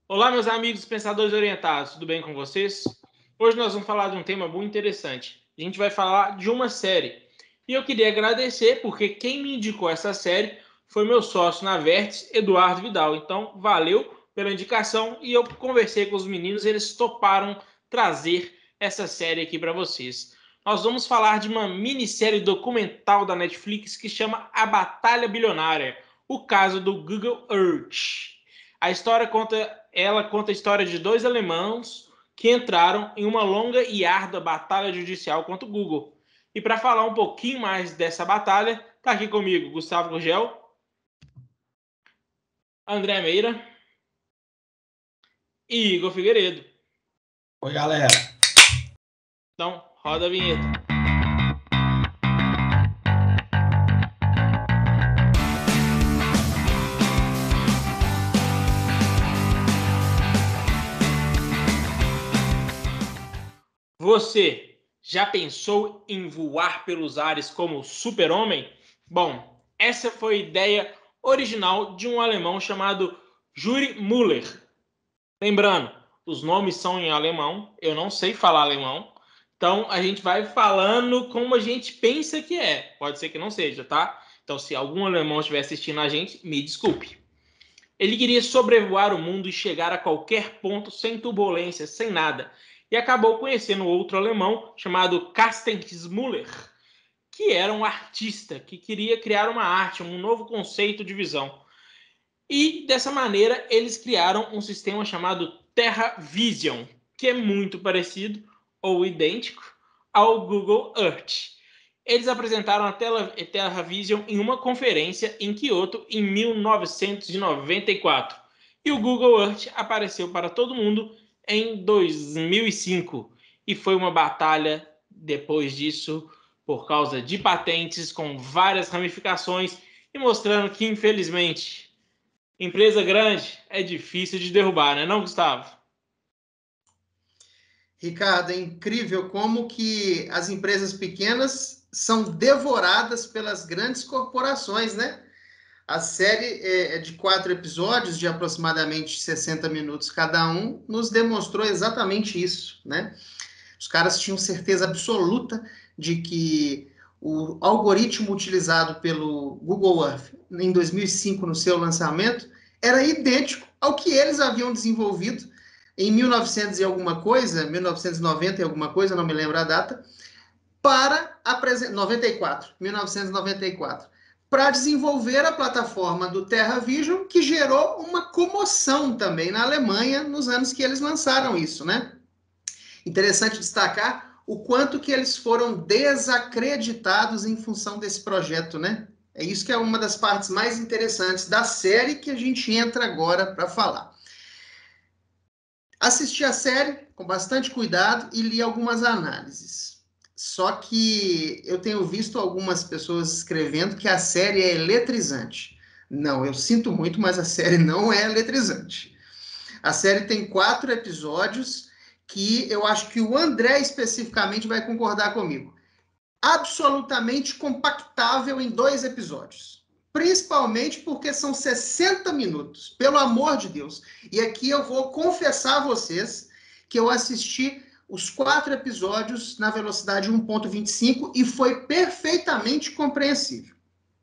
Olá, meus amigos pensadores orientados, tudo bem com vocês? Hoje nós vamos falar de um tema muito interessante. A gente vai falar de uma série. E eu queria agradecer porque quem me indicou essa série foi meu sócio na Vértice, Eduardo Vidal. Então, valeu pela indicação e eu conversei com os meninos, eles toparam trazer essa série aqui para vocês. Nós vamos falar de uma minissérie documental da Netflix que chama A Batalha Bilionária, o caso do Google Earth. A história conta a história de dois alemãos que entraram em uma longa e árdua batalha judicial contra o Google. E para falar um pouquinho mais dessa batalha, está aqui comigo Gustavo Gurgel, André Meira e Igor Figueiredo. Oi, galera. Então, roda a vinheta. Você já pensou em voar pelos ares como super-homem? Bom, essa foi a ideia original de um alemão chamado Yuri Müller. Lembrando, os nomes são em alemão, eu não sei falar alemão, então a gente vai falando como a gente pensa que é. Pode ser que não seja, tá? Então, se algum alemão estiver assistindo a gente, me desculpe. Ele queria sobrevoar o mundo e chegar a qualquer ponto sem turbulência, sem nada. E acabou conhecendo outro alemão chamado Carsten Müller, que era um artista que queria criar uma arte, um novo conceito de visão. E dessa maneira eles criaram um sistema chamado Terra Vision, que é muito parecido ou idêntico ao Google Earth. Eles apresentaram a Terra Vision em uma conferência em Kyoto em 1994. E o Google Earth apareceu para todo mundo em 2005. E foi uma batalha depois disso por causa de patentes com várias ramificações e mostrando que, infelizmente, empresa grande é difícil de derrubar, né, não, Gustavo? Ricardo, é incrível como que as empresas pequenas são devoradas pelas grandes corporações, né? A série é de 4 episódios, de aproximadamente 60 minutos cada um, nos demonstrou exatamente isso, né? Os caras tinham certeza absoluta de que o algoritmo utilizado pelo Google Earth em 2005, no seu lançamento, era idêntico ao que eles haviam desenvolvido em 1900 e alguma coisa, 1990 e alguma coisa, não me lembro a data, para apresentar 1994, para desenvolver a plataforma do TerraVision, que gerou uma comoção também na Alemanha nos anos que eles lançaram isso, né? Interessante destacar o quanto que eles foram desacreditados em função desse projeto, né? É isso que é uma das partes mais interessantes da série que a gente entra agora para falar. Assisti a série com bastante cuidado e li algumas análises. Só que eu tenho visto algumas pessoas escrevendo que a série é eletrizante. Não, eu sinto muito, mas a série não é eletrizante. A série tem 4 episódios que eu acho que o André especificamente vai concordar comigo. Absolutamente compactável em 2 episódios. Principalmente porque são 60 minutos, pelo amor de Deus. E aqui eu vou confessar a vocês que eu assisti os 4 episódios na velocidade 1.25 e foi perfeitamente compreensível.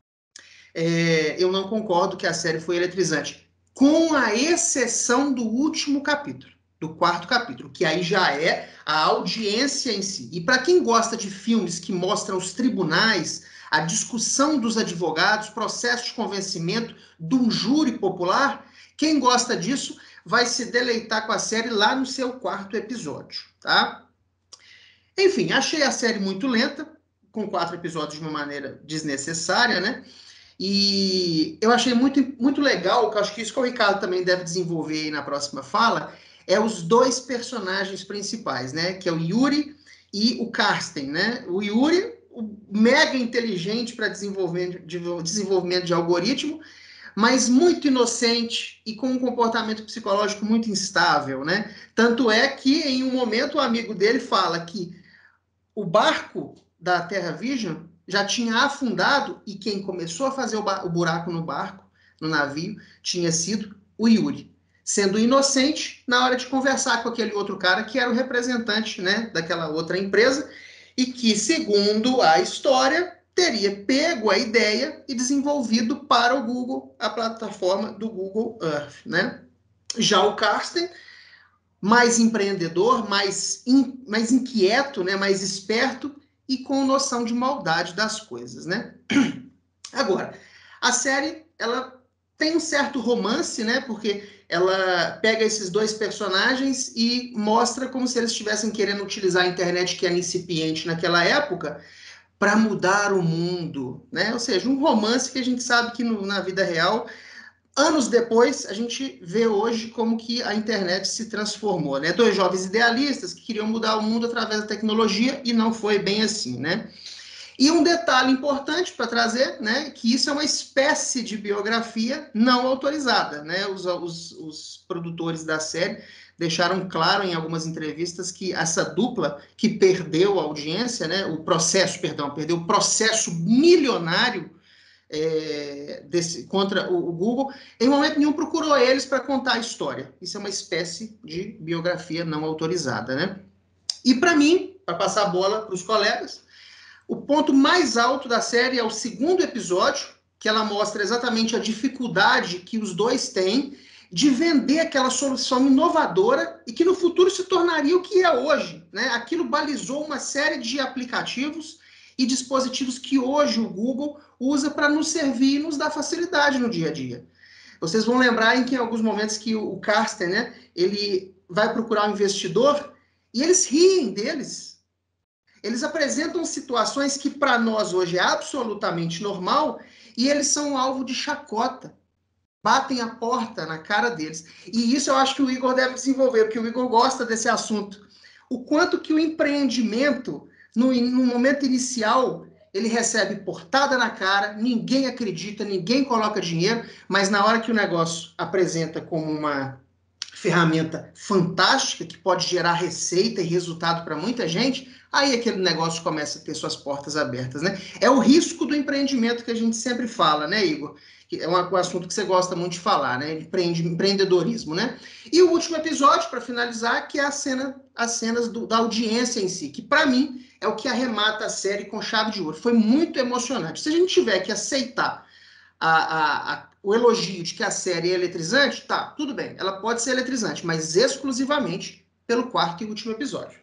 Eu não concordo que a série foi eletrizante, com a exceção do último capítulo, do 4º capítulo, que aí já é a audiência em si. E para quem gosta de filmes que mostram os tribunais, a discussão dos advogados, processo de convencimento de um júri popular, quem gosta disso vai se deleitar com a série lá no seu 4º episódio, tá? Enfim, achei a série muito lenta, com 4 episódios de uma maneira desnecessária, né? E eu achei muito, muito legal, que eu acho que isso que o Ricardo também deve desenvolver aí na próxima fala, é os 2 personagens principais, né? Que é o Yuri e o Carsten, né? O Yuri, o mega inteligente para desenvolvimento de algoritmo, mas muito inocente e com um comportamento psicológico muito instável, né? Tanto é que, em um momento, o amigo dele fala que o barco da TerraVision já tinha afundado e quem começou a fazer o buraco no barco, no navio, tinha sido o Yuri. sendo inocente na hora de conversar com aquele outro cara que era o representante, né, daquela outra empresa e que, segundo a história, teria pego a ideia e desenvolvido para o Google a plataforma do Google Earth, né? Já o Carsten, mais empreendedor, mais inquieto, né, mais esperto e com noção de maldade das coisas, né? Agora, a série, ela tem um certo romance, né? Porque ela pega esses dois personagens e mostra como se eles estivessem querendo utilizar a internet, que era incipiente naquela época, para mudar o mundo, né? Ou seja, um romance que a gente sabe que na vida real, anos depois, a gente vê hoje como que a internet se transformou, né? Dois jovens idealistas que queriam mudar o mundo através da tecnologia e não foi bem assim, né? E um detalhe importante para trazer, né, que isso é uma espécie de biografia não autorizada, né? Os produtores da série deixaram claro em algumas entrevistas que essa dupla que perdeu a audiência, né, perdeu o processo milionário contra o Google, em momento nenhum procurou eles para contar a história. Isso é uma espécie de biografia não autorizada, né? E para mim, para passar a bola para os colegas, o ponto mais alto da série é o segundo episódio, que ela mostra exatamente a dificuldade que os dois têm de vender aquela solução inovadora e que no futuro se tornaria o que é hoje, né? Aquilo balizou uma série de aplicativos e dispositivos que hoje o Google usa para nos servir e nos dar facilidade no dia a dia. Vocês vão lembrar em que em alguns momentos que o Carsten, né, ele vai procurar um investidor e eles riem deles. Eles apresentam situações que para nós hoje é absolutamente normal e eles são alvo de chacota. Batem a porta na cara deles. E isso eu acho que o Igor deve desenvolver, porque o Igor gosta desse assunto. O quanto que o empreendimento, no momento inicial, ele recebe portada na cara, ninguém acredita, ninguém coloca dinheiro, mas na hora que o negócio apresenta como uma ferramenta fantástica que pode gerar receita e resultado para muita gente, aí aquele negócio começa a ter suas portas abertas, né? É o risco do empreendimento que a gente sempre fala, né, Igor? Que é um assunto que você gosta muito de falar, né? Empreendedorismo, né? E o último episódio, para finalizar, que é as cenas da audiência em si, que para mim é o que arremata a série com chave de ouro. Foi muito emocionante. Se a gente tiver que aceitar o elogio de que a série é eletrizante, tá, tudo bem, ela pode ser eletrizante, mas exclusivamente pelo quarto e último episódio.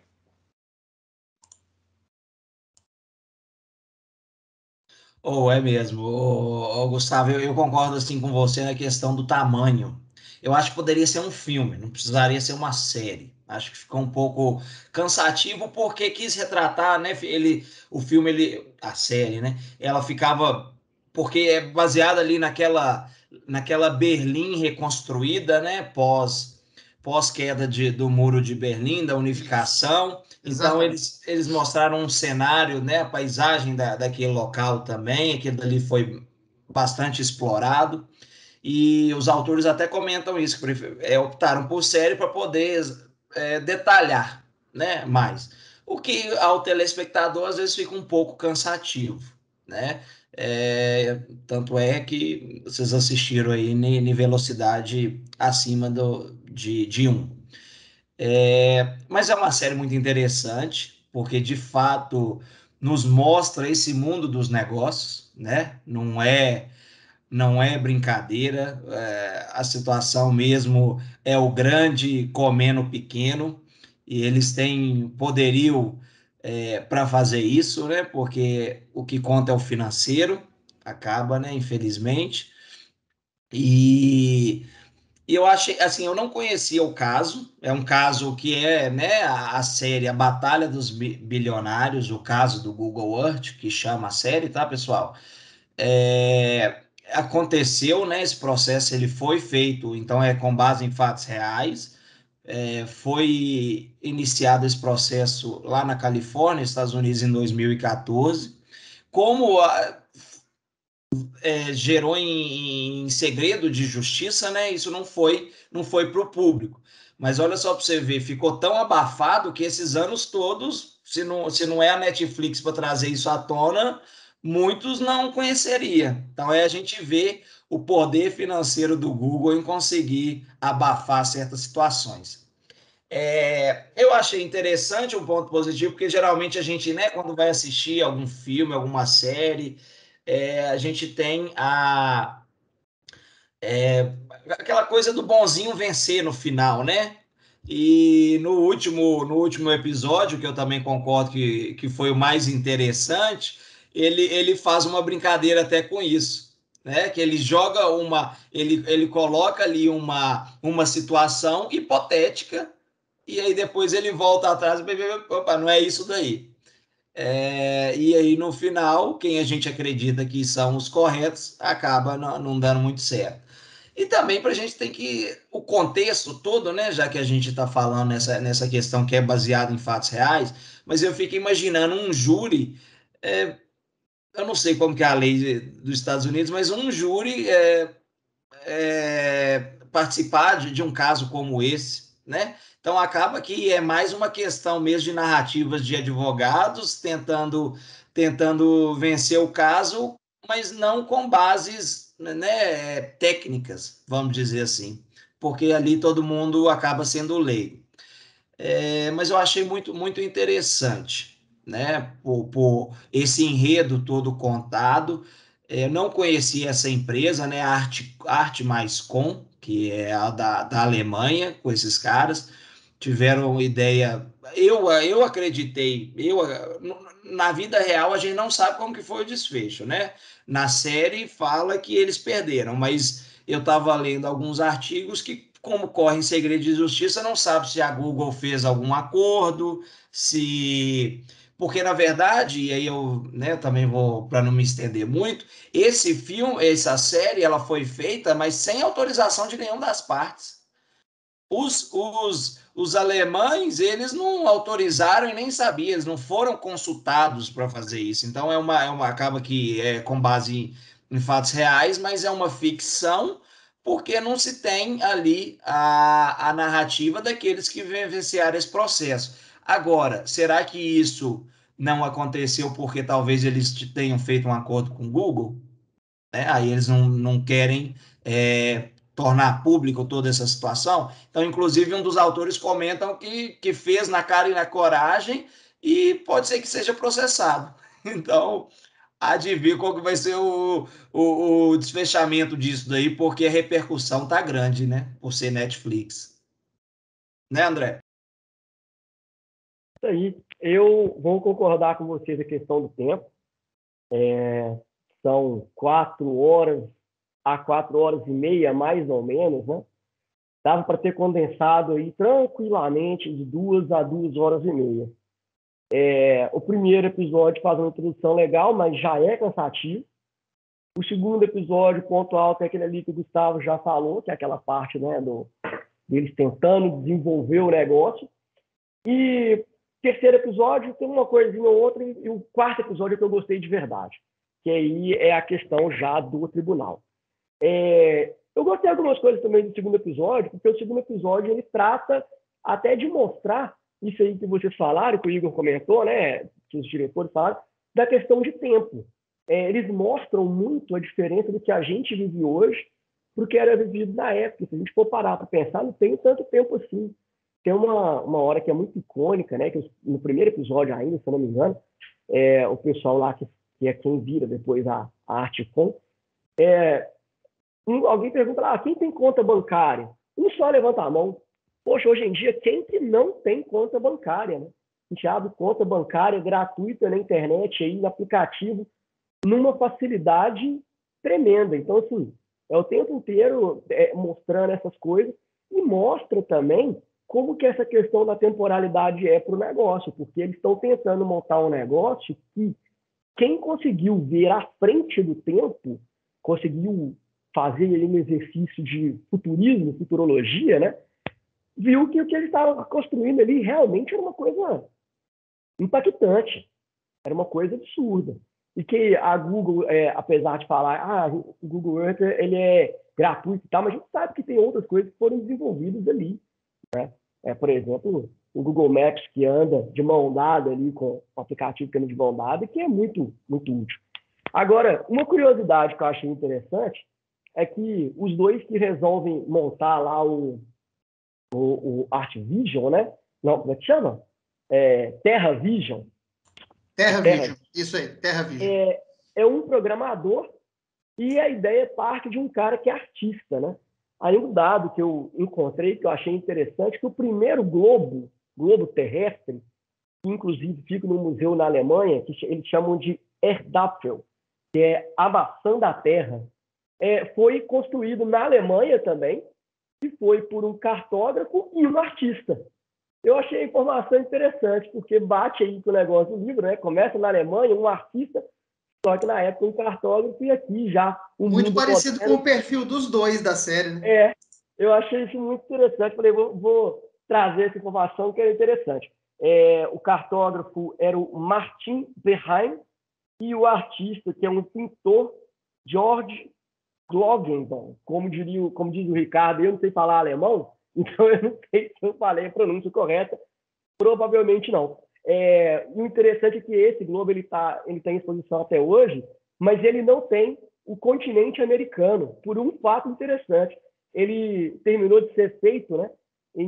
Ou é mesmo, Gustavo, eu concordo assim com você na questão do tamanho. Eu acho que poderia ser um filme, não precisaria ser uma série. Acho que ficou um pouco cansativo porque quis retratar, né? O filme, a série, né? Ela ficava porque é baseada ali naquela Berlim reconstruída, né? Pós queda do Muro de Berlim, da Isso, unificação. Então, exatamente. eles mostraram um cenário, né, a paisagem daquele local também, aquilo dali foi bastante explorado, e os autores até comentam isso, que optaram por série para poder detalhar, né, mais. O que ao telespectador às vezes fica um pouco cansativo, né? Tanto é que vocês assistiram aí em velocidade acima de 1. Mas é uma série muito interessante, porque de fato nos mostra esse mundo dos negócios, né? Não é brincadeira, a situação mesmo é o grande comendo o pequeno, e eles têm poderio para fazer isso, né? Porque o que conta é o financeiro, acaba, né? Infelizmente. E eu achei, assim, eu não conhecia o caso, é um caso que é, né, a série A Batalha dos Bilionários, o caso do Google Earth, que chama a série, tá, pessoal? Aconteceu, né, esse processo, ele foi feito, então é com base em fatos reais, foi iniciado esse processo lá na Califórnia, Estados Unidos, em 2014, como gerou em segredo de justiça, né? Isso não foi para o público. Mas olha só para você ver, ficou tão abafado que esses anos todos, se não é a Netflix para trazer isso à tona, muitos não conheceriam. Então, a gente vê o poder financeiro do Google em conseguir abafar certas situações. Eu achei interessante um ponto positivo, porque geralmente a gente, né, quando vai assistir algum filme, alguma série, a gente tem aquela coisa do bonzinho vencer no final, né? E no último episódio, que eu também concordo que foi o mais interessante, ele faz uma brincadeira até com isso, né? Que ele joga ele coloca ali uma situação hipotética e aí depois ele volta atrás e opa, não é isso daí. E aí no final, quem a gente acredita que são os corretos acaba não dando muito certo. E também para a gente tem que. O contexto todo, né? Já que a gente está falando nessa questão que é baseada em fatos reais, mas eu fico imaginando um júri. Eu não sei como que é a lei dos Estados Unidos, mas um júri participar de um caso como esse, né? Então acaba que é mais uma questão mesmo de narrativas de advogados tentando vencer o caso, mas não com bases, né, técnicas, vamos dizer assim, porque ali todo mundo acaba sendo leigo. Mas eu achei muito interessante, né? Por esse enredo todo contado. Eu não conhecia essa empresa, né? Arte Mais Com, que é a da Alemanha, com esses caras. Tiveram ideia. Eu acreditei. Na vida real, a gente não sabe como que foi o desfecho, né? Na série fala que eles perderam, mas eu estava lendo alguns artigos que, como corre em segredo de justiça, não sabe se a Google fez algum acordo, se. Porque, na verdade, e aí eu, né, também vou, para não me estender muito, esse filme, essa série, ela foi feita, mas sem autorização de nenhuma das partes. Os alemães, eles não autorizaram e nem sabiam, eles não foram consultados para fazer isso. Então, acaba que é com base em fatos reais, mas é uma ficção, porque não se tem ali a narrativa daqueles que vivenciaram esse processo. Agora, será que isso não aconteceu porque talvez eles tenham feito um acordo com o Google? Né? Aí eles não querem tornar público toda essa situação. Então, inclusive, um dos autores comentam que fez na cara e na coragem e pode ser que seja processado. Então, há de ver qual que vai ser o desfechamento disso daí, porque a repercussão tá grande, né? Por ser Netflix. Né, André? Isso aí. Eu vou concordar com vocês a questão do tempo. São 4 horas a 4 horas e meia, mais ou menos, né? Dava para ter condensado aí tranquilamente de 2 a 2 horas e meia. O primeiro episódio faz uma introdução legal, mas já é cansativo. O segundo episódio, ponto alto, é aquele ali que o Gustavo já falou, que é aquela parte, né, deles tentando desenvolver o negócio. E terceiro episódio tem uma coisinha ou outra, e o quarto episódio é que eu gostei de verdade, que aí é a questão já do tribunal. Eu gostei de algumas coisas também do segundo episódio, porque o segundo episódio ele trata até de mostrar isso aí que vocês falaram, que o Igor comentou, né, que os diretores falaram, da questão de tempo. Eles mostram muito a diferença do que a gente vive hoje para o que era vivido na época. Se a gente for parar para pensar, não tem tanto tempo assim. Tem uma hora que é muito icônica, né, que no primeiro episódio ainda, se eu não me engano, o pessoal lá que é quem vira depois a Artcom, alguém pergunta lá, quem tem conta bancária? Um só levanta a mão. Poxa, hoje em dia, quem que não tem conta bancária, né? A gente abre conta bancária gratuita na internet, aí, no aplicativo, numa facilidade tremenda. Então, assim, é o tempo inteiro mostrando essas coisas e mostra também como que essa questão da temporalidade é para o negócio, porque eles estão tentando montar um negócio que quem conseguiu ver à frente do tempo, conseguiu fazer ali um exercício de futurismo, futurologia, né? Viu que o que ele estava construindo ali realmente era uma coisa impactante, era uma coisa absurda. E que a Google, apesar de falar, o Google Earth ele é gratuito e tal, mas a gente sabe que tem outras coisas que foram desenvolvidas ali, né? Por exemplo, o Google Maps, que anda de mão dada ali com o aplicativo que anda de mão dada, que é muito, muito útil. Agora, uma curiosidade que eu achei interessante é que os dois que resolvem montar lá o Artvision, né? Não, como é que chama? TerraVision. TerraVision, isso aí, TerraVision. É um programador e a ideia parte de um cara que é artista, né? Aí um dado que eu encontrei, que eu achei interessante, que o primeiro globo terrestre, que inclusive fica no museu na Alemanha, que eles chamam de Erdapfel, que é a maçã da Terra, foi construído na Alemanha também, e foi por um cartógrafo e um artista. Eu achei a informação interessante, porque bate aí com o negócio do livro, né? Começa na Alemanha, um artista, só que na época um cartógrafo, e aqui já o muito mundo parecido moderno. com o perfil dos dois da série, né? Eu achei isso muito interessante. Falei, vou trazer essa informação que é interessante. O cartógrafo era o Martin Verheim e o artista, que é um pintor, George Glogenbaum. Como diz o Ricardo, eu não sei falar alemão, então eu não sei se eu falei a pronúncia correta. Provavelmente não. E o interessante é que esse globo ele tá em exposição até hoje, mas ele não tem o continente americano, por um fato interessante. Ele terminou de ser feito, né, em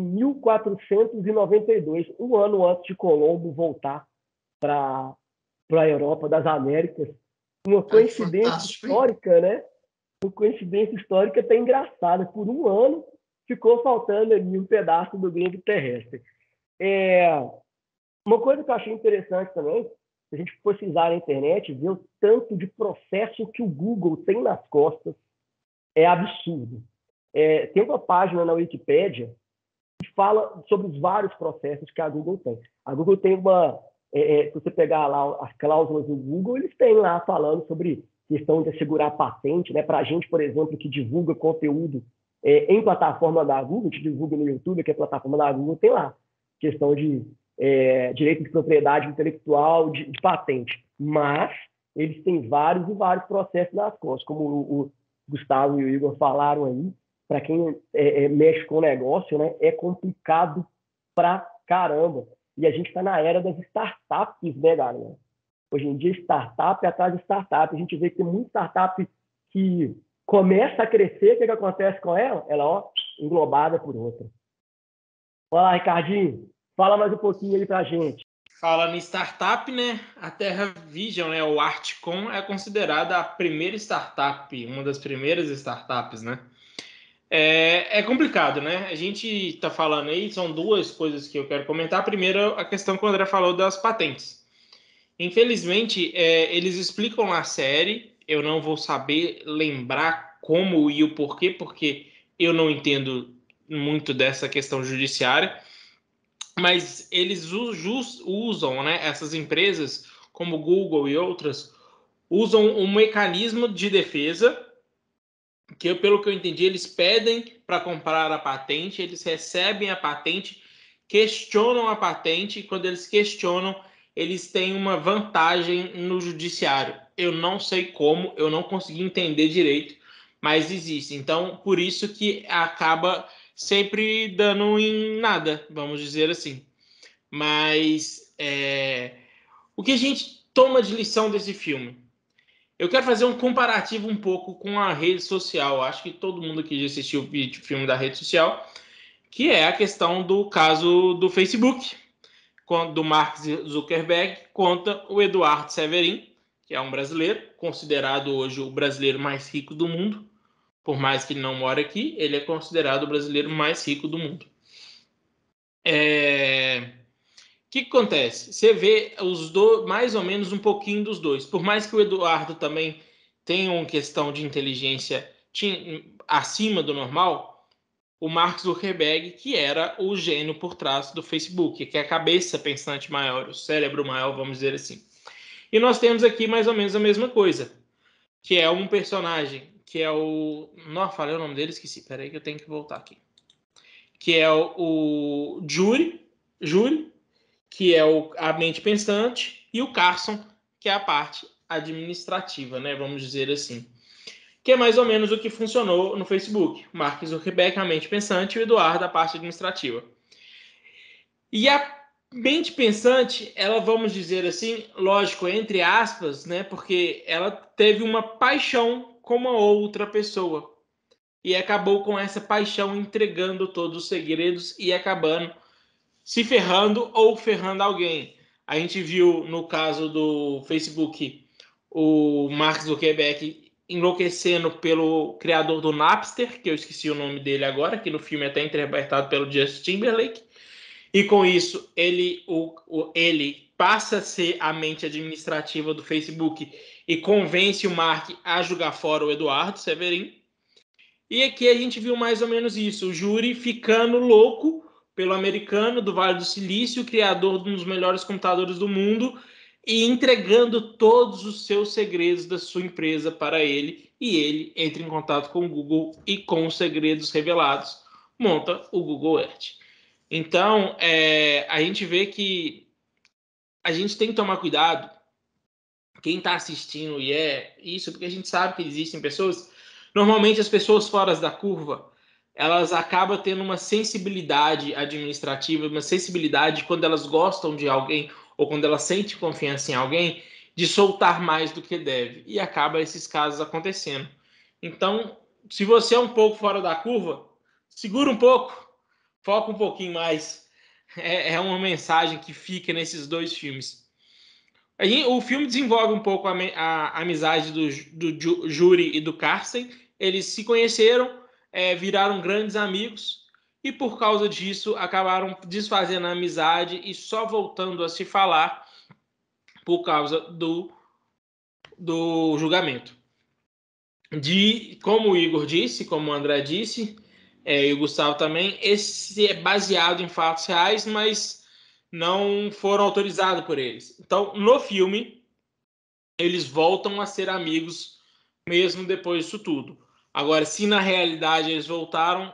1492, um ano antes de Colombo voltar para a Europa das Américas. Uma coincidência histórica, né? Uma coincidência histórica até engraçada. Por um ano ficou faltando ali um pedaço do globo terrestre. Uma coisa que eu achei interessante também, se a gente pesquisar na internet, ver o tanto de processo que o Google tem nas costas, é absurdo. Tem uma página na Wikipédia que fala sobre os vários processos que a Google tem. A Google tem se você pegar lá as cláusulas do Google, eles têm lá falando sobre questão de assegurar patente, né? Para a gente, por exemplo, que divulga conteúdo em plataforma da Google, que divulga no YouTube, que é plataforma da Google, tem lá questão de direito de propriedade intelectual, de patente. Mas eles têm vários e vários processos nas costas, como o Gustavo e o Igor falaram aí. Para quem mexe com o negócio, né, é complicado pra caramba. E a gente está na era das startups, né, galera? Hoje em dia, startup atrás de startup. A gente vê que tem muita startup que começa a crescer. O que acontece com ela? Ela, englobada por outra. Olá, Ricardinho. Fala mais um pouquinho aí pra gente. Falando em startup, né? A TerraVision, né, o Artcom, é considerada a primeira startup, uma das primeiras startups, né? É complicado, né? A gente está falando aí, são duas coisas que eu quero comentar. Primeiro, a questão que o André falou das patentes. Infelizmente, eles explicam na série, eu não vou saber lembrar como e o porquê, porque eu não entendo muito dessa questão judiciária, mas eles usam, né, essas empresas, como Google e outras, usam um mecanismo de defesa que, pelo que eu entendi, eles pedem para comprar a patente, eles recebem a patente, questionam a patente, e quando eles questionam, eles têm uma vantagem no judiciário. Eu não sei como, eu não consegui entender direito, mas existe. Então, por isso que acaba sempre dando em nada, vamos dizer assim. Mas o que a gente toma de lição desse filme? Eu quero fazer um comparativo um pouco com a rede social. Acho que todo mundo aqui já assistiu o filme da rede social, que é a questão do caso do Facebook, do Mark Zuckerberg contra o Eduardo Severin, que é um brasileiro, considerado hoje o brasileiro mais rico do mundo. Por mais que ele não mora aqui, ele é considerado o brasileiro mais rico do mundo. O que acontece? Você vê os dois, mais ou menos um pouquinho dos dois. Por mais que o Eduardo também tenha uma questão de inteligência acima do normal, o Mark Zuckerberg, que era o gênio por trás do Facebook, que é a cabeça pensante maior, o cérebro maior, vamos dizer assim. E nós temos aqui mais ou menos a mesma coisa, que é um personagem, que é o... Não, falei o nome dele, esqueci. Peraí que eu tenho que voltar aqui. Que é o Júri, que é a mente pensante, e o Carson, que é a parte administrativa, né? Vamos dizer assim. Que é mais ou menos o que funcionou no Facebook. O Mark Zuckerberg, a mente pensante, e o Eduardo, a parte administrativa. E a mente pensante, ela, vamos dizer assim, lógico, entre aspas, né? Porque ela teve uma paixão com uma outra pessoa e acabou com essa paixão entregando todos os segredos e acabando se ferrando ou ferrando alguém. A gente viu no caso do Facebook o Mark Zuckerberg enlouquecendo pelo criador do Napster, que eu esqueci o nome dele agora, que no filme é até interpretado pelo Justin Timberlake. E com isso, ele passa a ser a mente administrativa do Facebook e convence o Mark a jogar fora o Eduardo Severin. E aqui a gente viu mais ou menos isso, o júri ficando louco pelo americano do Vale do Silício, criador de um dos melhores computadores do mundo, e entregando todos os seus segredos da sua empresa para ele, e ele entra em contato com o Google e com os segredos revelados, monta o Google Earth. Então, a gente vê que a gente tem que tomar cuidado, quem está assistindo, e é isso, porque a gente sabe que existem pessoas, normalmente as pessoas fora da curva, elas acabam tendo uma sensibilidade administrativa, uma sensibilidade quando elas gostam de alguém ou quando elas sentem confiança em alguém, de soltar mais do que deve. E acaba esses casos acontecendo. Então, se você é um pouco fora da curva, segura um pouco, foca um pouquinho mais. É uma mensagem que fica nesses dois filmes. O filme desenvolve um pouco a amizade do Júri e do Carsten. Eles se conheceram, viraram grandes amigos e por causa disso acabaram desfazendo a amizade e só voltando a se falar por causa do julgamento. Como o Igor disse, como o André disse, e o Gustavo também, esse é baseado em fatos reais, mas não foram autorizados por eles. Então, no filme, eles voltam a ser amigos mesmo depois disso tudo. Agora, se na realidade eles voltaram,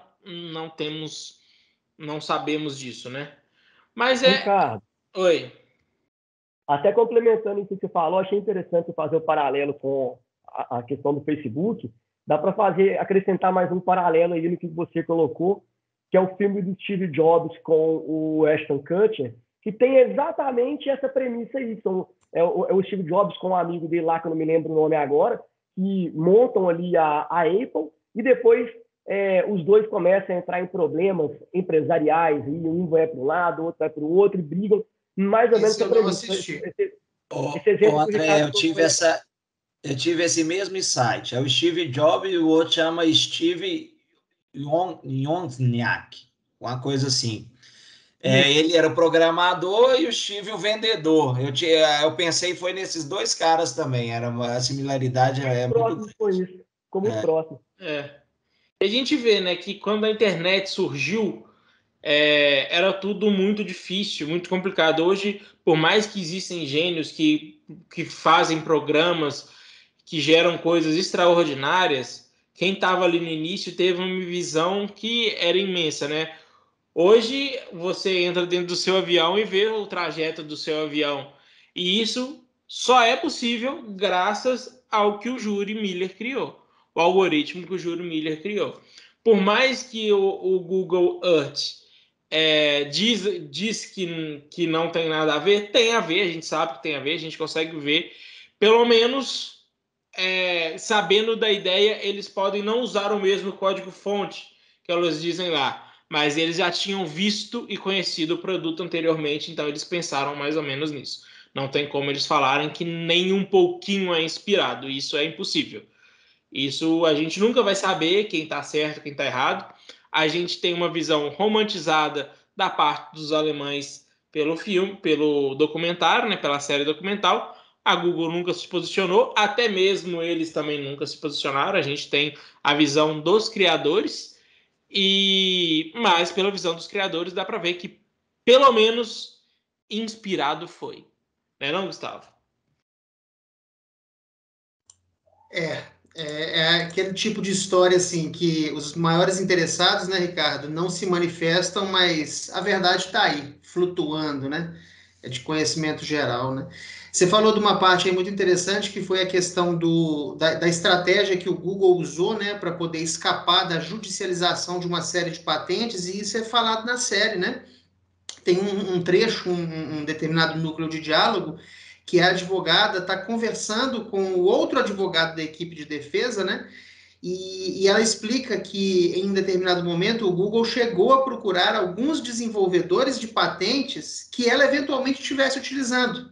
não sabemos disso, né? Mas Ricardo, Oi. até complementando isso que você falou, achei interessante fazer o paralelo com a questão do Facebook. Dá para acrescentar mais um paralelo aí no que você colocou, que é o filme do Steve Jobs com o Ashton Kutcher, que tem exatamente essa premissa aí. É o Steve Jobs com um amigo dele lá, que eu não me lembro o nome agora, que montam ali a Apple e depois os dois começam a entrar em problemas empresariais, e um vai para um lado, o outro vai para o outro, e brigam mais ou menos Esse eu não assisti. Esse exemplo que o André, Ricardo eu tive esse mesmo insight. É o Steve Jobs e o outro chama Steve Wozniak, uma coisa assim. Ele era o programador e o Steve o vendedor. Eu pensei foi nesses dois caras também. A similaridade é muito próximo foi isso. Ficou muito próximo. A gente vê, né, que quando a internet surgiu, era tudo muito difícil, muito complicado. Hoje, por mais que existem gênios que fazem programas que geram coisas extraordinárias, quem estava ali no início teve uma visão que era imensa, né? Hoje você entra dentro do seu avião e vê o trajeto do seu avião. E isso só é possível graças ao que o Júri Miller criou, o algoritmo que o Júri Miller criou. Por mais que o Google Earth diz que não tem nada a ver, tem a ver, a gente sabe que tem a ver, a gente consegue ver, pelo menos sabendo da ideia, eles podem não usar o mesmo código-fonte que elas dizem lá, mas eles já tinham visto e conhecido o produto anteriormente, então eles pensaram mais ou menos nisso. Não tem como eles falarem que nem um pouquinho é inspirado, isso é impossível. Isso a gente nunca vai saber quem está certo, quem está errado. A gente tem uma visão romantizada da parte dos alemães pelo filme, pelo documentário, né, pela série documental. A Google nunca se posicionou, até mesmo eles também nunca se posicionaram. A gente tem a visão dos criadores, mas pela visão dos criadores dá para ver que pelo menos inspirado foi. Não, Gustavo? É aquele tipo de história assim que os maiores interessados, né, Ricardo, não se manifestam, mas a verdade está aí, flutuando, né? É de conhecimento geral, né? Você falou de uma parte aí muito interessante que foi a questão da estratégia que o Google usou, né, para poder escapar da judicialização de uma série de patentes, e isso é falado na série, né? tem um trecho, um determinado núcleo de diálogo, que a advogada está conversando com o outro advogado da equipe de defesa, né? E ela explica que, em determinado momento, o Google chegou a procurar alguns desenvolvedores de patentes que ela eventualmente estivesse utilizando.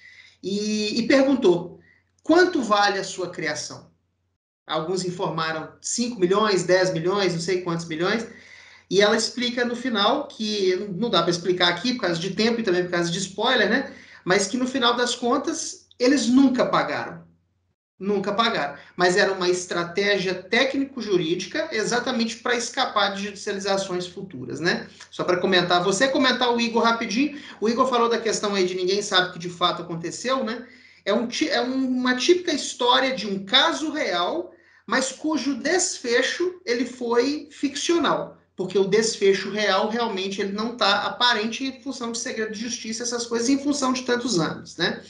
E perguntou, quanto vale a sua criação? Alguns informaram 5 milhões, 10 milhões, não sei quantos milhões. E ela explica no final, que não dá para explicar aqui por causa de tempo e também por causa de spoiler, né? Mas que no final das contas, eles nunca pagaram. Nunca pagaram. Mas era uma estratégia técnico-jurídica exatamente para escapar de judicializações futuras, né? Só para comentar, você comentar o Igor rapidinho. O Igor falou da questão aí de ninguém sabe o que de fato aconteceu, né? É uma típica história de um caso real, mas cujo desfecho ele foi ficcional. Porque o desfecho real realmente ele não está aparente em função de segredo de justiça, essas coisas, em função de tantos anos, né?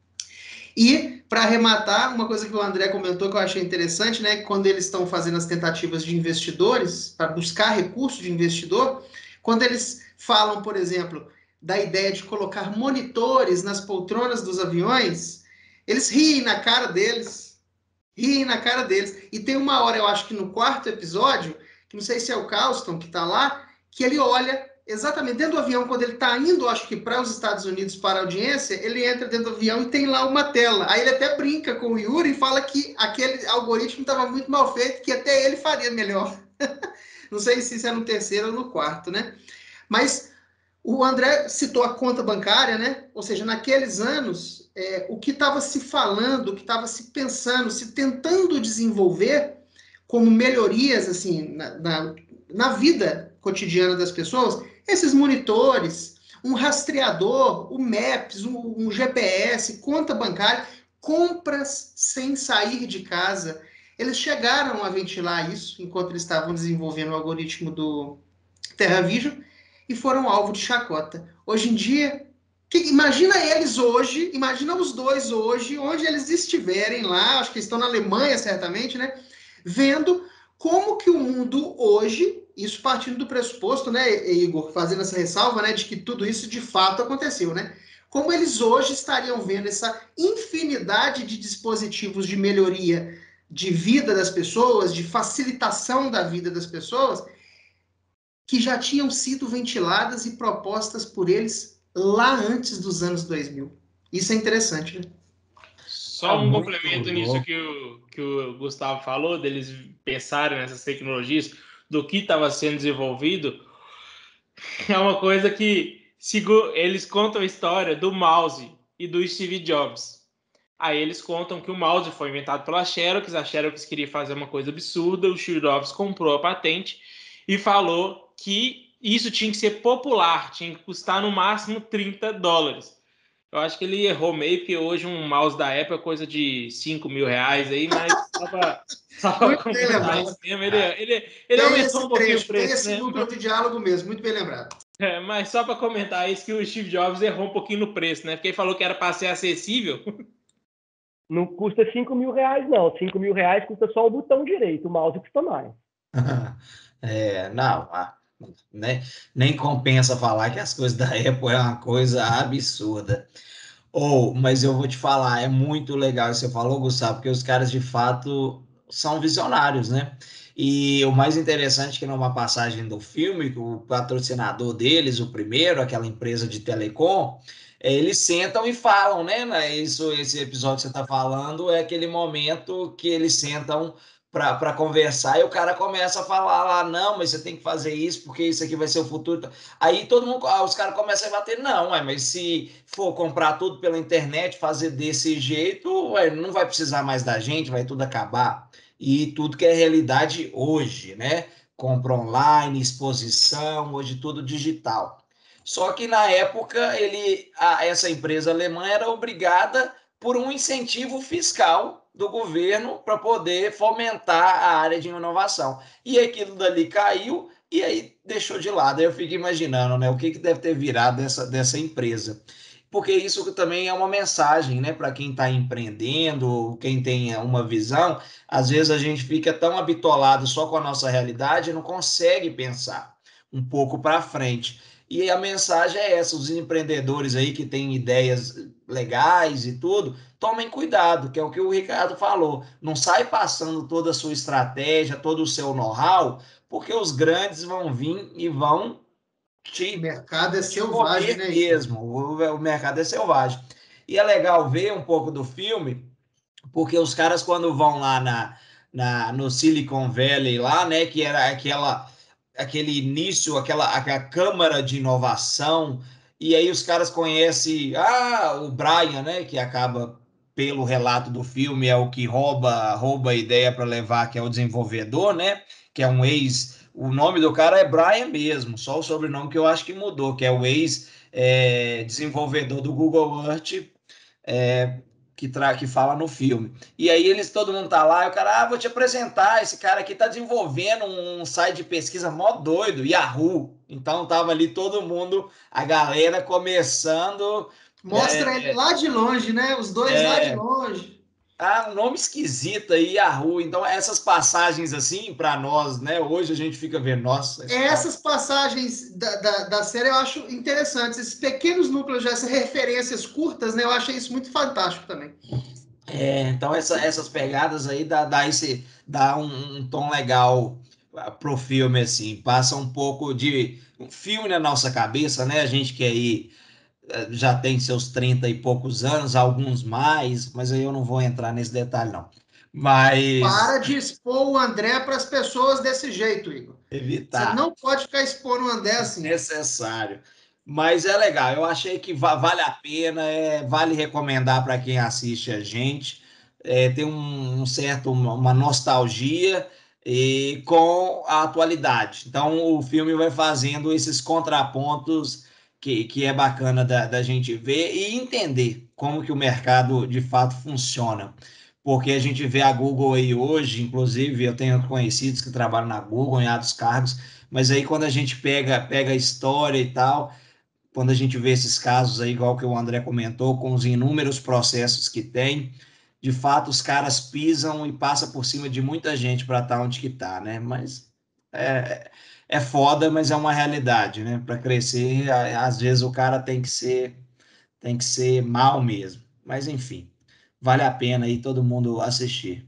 E, para arrematar, uma coisa que o André comentou que eu achei interessante, né? Quando eles estão fazendo as tentativas de investidores, para buscar recurso de investidor, quando eles falam, por exemplo, da ideia de colocar monitores nas poltronas dos aviões, eles riem na cara deles. Riem na cara deles. E tem uma hora, eu acho que no 4º episódio, que não sei se é o Carlston que está lá, que ele olha exatamente dentro do avião, quando ele está indo, acho que para os Estados Unidos para a audiência, ele entra dentro do avião e tem lá uma tela. Aí ele até brinca com o Yuri e fala que aquele algoritmo estava muito mal feito, que até ele faria melhor. Não sei se isso é no 3º ou no 4º, né? Mas o André citou a conta bancária, né? Ou seja, naqueles anos, o que estava se falando, o que estava se pensando, se tentando desenvolver como melhorias assim na vida cotidiana das pessoas, esses monitores, um rastreador, o Maps, um GPS, conta bancária, compras sem sair de casa. Eles chegaram a ventilar isso enquanto eles estavam desenvolvendo o algoritmo do TerraVision e foram alvo de chacota. Hoje em dia, imagina eles hoje, imagina os dois hoje, onde eles estiverem lá, acho que estão na Alemanha certamente, né? Vendo como que o mundo hoje, isso partindo do pressuposto, né, Igor, fazendo essa ressalva, né, de que tudo isso de fato aconteceu, né? Como eles hoje estariam vendo essa infinidade de dispositivos de melhoria de vida das pessoas, de facilitação da vida das pessoas, que já tinham sido ventiladas e propostas por eles lá antes dos anos 2000. Isso é interessante, né? Só um complemento nisso que o Gustavo falou, deles pensarem nessas tecnologias, do que estava sendo desenvolvido, é uma coisa que eles contam a história do mouse e do Steve Jobs. Aí eles contam que o mouse foi inventado pela Xerox, a Xerox queria fazer uma coisa absurda, o Steve Jobs comprou a patente e falou que isso tinha que ser popular, tinha que custar no máximo $30. Eu acho que ele errou meio, porque hoje um mouse da Apple é coisa de 5 mil reais aí, mas só pra comentar isso mesmo. Ele aumentou um pouquinho o preço, tem esse núcleo de diálogo mesmo, muito bem lembrado. Mas só para comentar isso, que o Steve Jobs errou um pouquinho no preço, né? Porque ele falou que era para ser acessível. Não custa 5 mil reais, não. 5 mil reais custa só o botão direito, o mouse custa mais. Não, né? Nem compensa falar que as coisas da Apple é uma coisa absurda. Mas eu vou te falar, é muito legal isso que você falou, Gustavo, porque os caras de fato são visionários, né? E o mais interessante é que numa passagem do filme, o patrocinador deles, o primeiro, aquela empresa de telecom, eles sentam e falam, né? Esse episódio que você está falando é aquele momento que eles sentam para conversar e o cara começa a falar lá, não, mas você tem que fazer isso porque isso aqui vai ser o futuro. Aí todo mundo, os caras começam a bater, não, mas se for comprar tudo pela internet, fazer desse jeito, não vai precisar mais da gente, vai tudo acabar. E tudo que é realidade hoje, né? Compra online, exposição, hoje tudo digital. Só que na época essa empresa alemã era obrigada por um incentivo fiscal do governo para poder fomentar a área de inovação. E aquilo dali caiu e aí deixou de lado. Aí eu fico imaginando, né, o que deve ter virado dessa empresa. Porque isso também é uma mensagem, né, para quem está empreendendo, quem tem uma visão. Às vezes a gente fica tão habitolado só com a nossa realidade e não consegue pensar um pouco para frente. E a mensagem é essa: os empreendedores aí que têm ideias legais e tudo, tomem cuidado, que é o que o Ricardo falou. Não sai passando toda a sua estratégia, todo o seu know-how, porque os grandes vão vir e vão O mercado é te selvagem, comer né, Igor? mesmo. O mercado é selvagem. E é legal ver um pouco do filme, porque os caras, quando vão lá no Silicon Valley, lá, né, que era aquele início, aquela câmara de inovação, e aí os caras conhecem o Brian, né, que acaba, pelo relato do filme, é o que rouba a ideia para levar, que é o desenvolvedor, né, que é um o nome do cara é Brian mesmo, só o sobrenome que eu acho que mudou, que é o desenvolvedor do Google Earth, é, que fala no filme. E aí todo mundo tá lá, e o cara, vou te apresentar, esse cara aqui tá desenvolvendo um site de pesquisa mó doido, Yahoo. Então tava ali todo mundo, a galera começando. Mostra ele lá de longe, né? Os dois lá de longe. Um nome esquisito aí, Yahoo. Então, essas passagens assim, para nós, né? Hoje a gente fica vendo, nossa. Essas passagens da série eu acho interessantes. Esses pequenos núcleos, essas referências curtas, né? Eu achei isso muito fantástico também. Então, essas pegadas aí dá um tom legal pro filme, assim. Passa um pouco de um filme na nossa cabeça, né? A gente que aí já tem seus 30 e poucos anos, alguns mais, mas aí eu não vou entrar nesse detalhe, não. Mas Para de expor o André para as pessoas desse jeito, Igor. Você evitar. não pode ficar expondo o André assim. Necessário. Mas é legal, eu achei que vale a pena, vale recomendar para quem assiste a gente. Tem uma nostalgia com a atualidade. Então o filme vai fazendo esses contrapontos que é bacana da gente ver e entender como que o mercado de fato funciona. Porque a gente vê a Google aí hoje, inclusive eu tenho conhecidos que trabalham na Google em altos cargos, mas aí quando a gente pega a história e tal, quando a gente vê esses casos aí, igual que o André comentou, com os inúmeros processos que tem, de fato os caras pisam e passam por cima de muita gente para estar onde que tá, né? Mas é foda, mas é uma realidade, né? Para crescer, às vezes o cara tem que ser mal mesmo. Mas enfim, vale a pena aí todo mundo assistir.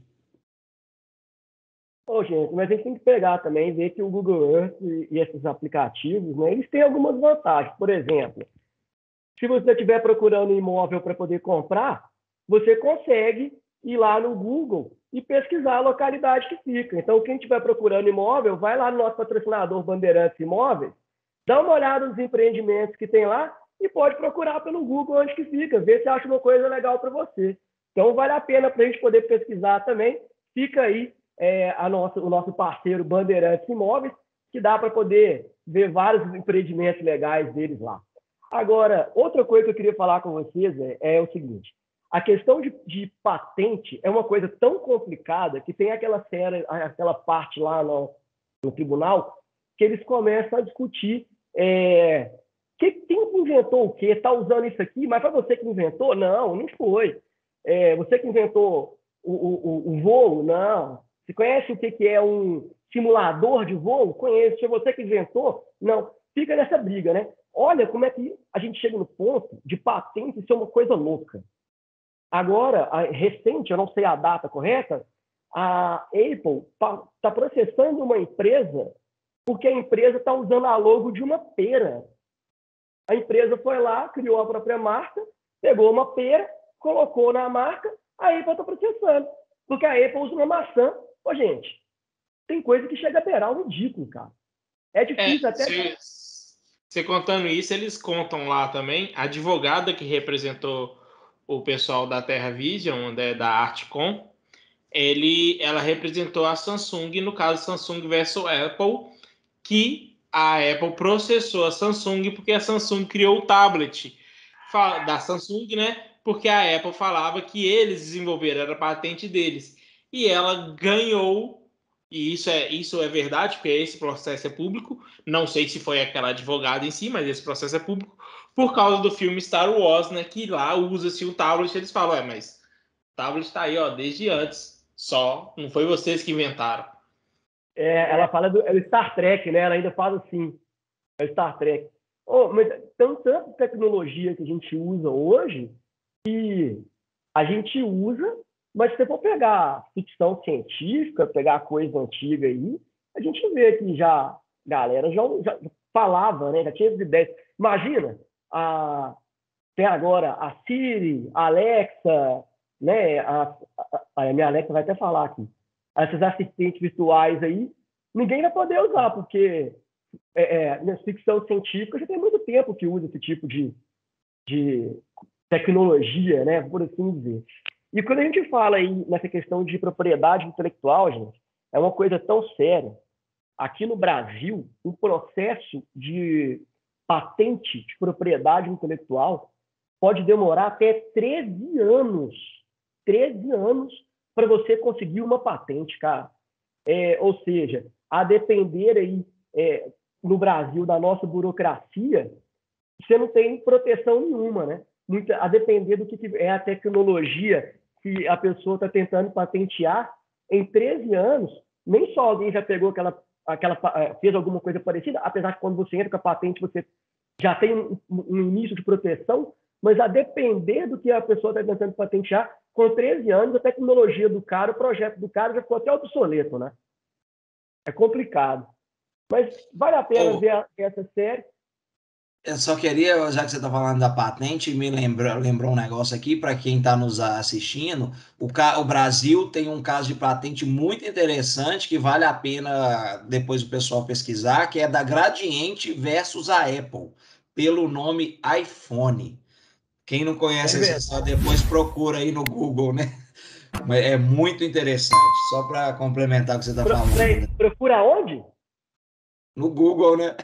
Gente, mas a gente tem que pegar também e ver que o Google Earth e esses aplicativos, né, eles têm algumas vantagens. Por exemplo, se você estiver procurando um imóvel para poder comprar, você consegue ir lá no Google e pesquisar a localidade que fica. Então, quem estiver procurando imóvel, vai lá no nosso patrocinador Bandeirantes Imóveis, dá uma olhada nos empreendimentos que tem lá e pode procurar pelo Google onde que fica, ver se acha uma coisa legal para você. Então, vale a pena para a gente poder pesquisar também. Fica aí o nosso parceiro Bandeirantes Imóveis, que dá para poder ver vários empreendimentos legais deles lá. Agora, outra coisa que eu queria falar com vocês é o seguinte: a questão de patente é uma coisa tão complicada que tem aquela parte lá no tribunal que eles começam a discutir quem inventou o quê? Está usando isso aqui, mas foi você que inventou? Não foi. Você que inventou o voo? Não. Você conhece o que é um simulador de voo? Conheço. Foi você que inventou? Não. Fica nessa briga, né? Olha como é que a gente chega no ponto de patente ser uma coisa louca. Agora, recente, eu não sei a data correta, a Apple está processando uma empresa porque a empresa está usando a logo de uma pera. A empresa foi lá, criou a própria marca, pegou uma pera, colocou na marca, a Apple está processando. Porque a Apple usa uma maçã. Gente, tem coisa que chega a beirar o ridículo, cara. É difícil até... Você contando isso, eles contam lá também, a advogada que representou o pessoal da Terra Vision, da Artcom, ela representou a Samsung, no caso Samsung versus Apple, que a Apple processou a Samsung porque a Samsung criou o tablet da Samsung, né? Porque a Apple falava que eles desenvolveram, era a patente deles. E ela ganhou, e isso é verdade, porque esse processo é público. Não sei se foi aquela advogada em si, mas esse processo é público por causa do filme Star Wars, né? Que lá usa-se o tablet, eles falam, mas o tablet está aí, ó, desde antes. Só, não foi vocês que inventaram. Ela fala do Star Trek, né? Ela ainda fala assim, é o Star Trek. Mas tem tanta tecnologia que a gente usa hoje que a gente usa, mas se você for pegar ficção científica, pegar coisa antiga aí, a gente vê que já a galera já falava, né? Já tinha as ideias. Imagina, tem agora a Siri, a Alexa, né? A minha Alexa vai até falar aqui. Essas assistentes virtuais aí, ninguém vai poder usar, porque na ficção científica já tem muito tempo que usa esse tipo de tecnologia, né? Por assim dizer. E quando a gente fala aí nessa questão de propriedade intelectual, gente, é uma coisa tão séria. Aqui no Brasil, o processo de patente de propriedade intelectual pode demorar até 13 anos. 13 anos para você conseguir uma patente, cara. Ou seja, a depender aí no Brasil da nossa burocracia, você não tem proteção nenhuma, né? A depender do que é a tecnologia que a pessoa está tentando patentear, em 13 anos, nem só alguém já pegou fez alguma coisa parecida, apesar que quando você entra com a patente, você já tem um início de proteção, mas a depender do que a pessoa está tentando patentear, com 13 anos, a tecnologia do cara, o projeto do cara já ficou até obsoleto, né? É complicado. Mas vale a pena ver essa série. Eu só queria, já que você está falando da patente, me lembrou um negócio aqui, para quem está nos assistindo, o Brasil tem um caso de patente muito interessante, que vale a pena depois o pessoal pesquisar, que é da Gradiente versus a Apple, pelo nome iPhone. Quem não conhece essa história, depois procura aí no Google, né? Mas é muito interessante, só para complementar o que você está falando. Né? Procura onde? No Google, né?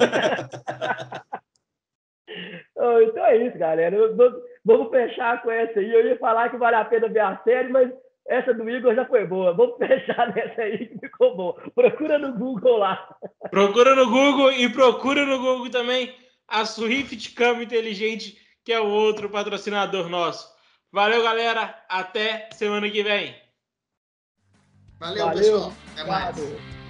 Então é isso, galera. Vamos fechar com essa aí. Eu ia falar que vale a pena ver a série, mas essa do Igor já foi boa. Vamos fechar nessa aí que ficou boa. Procura no Google lá. Procura no Google e procura no Google também a Swift Câmbio Inteligente, que é o outro patrocinador nosso. Valeu, galera. Até semana que vem. Valeu. Pessoal. Até mais. Obrigado.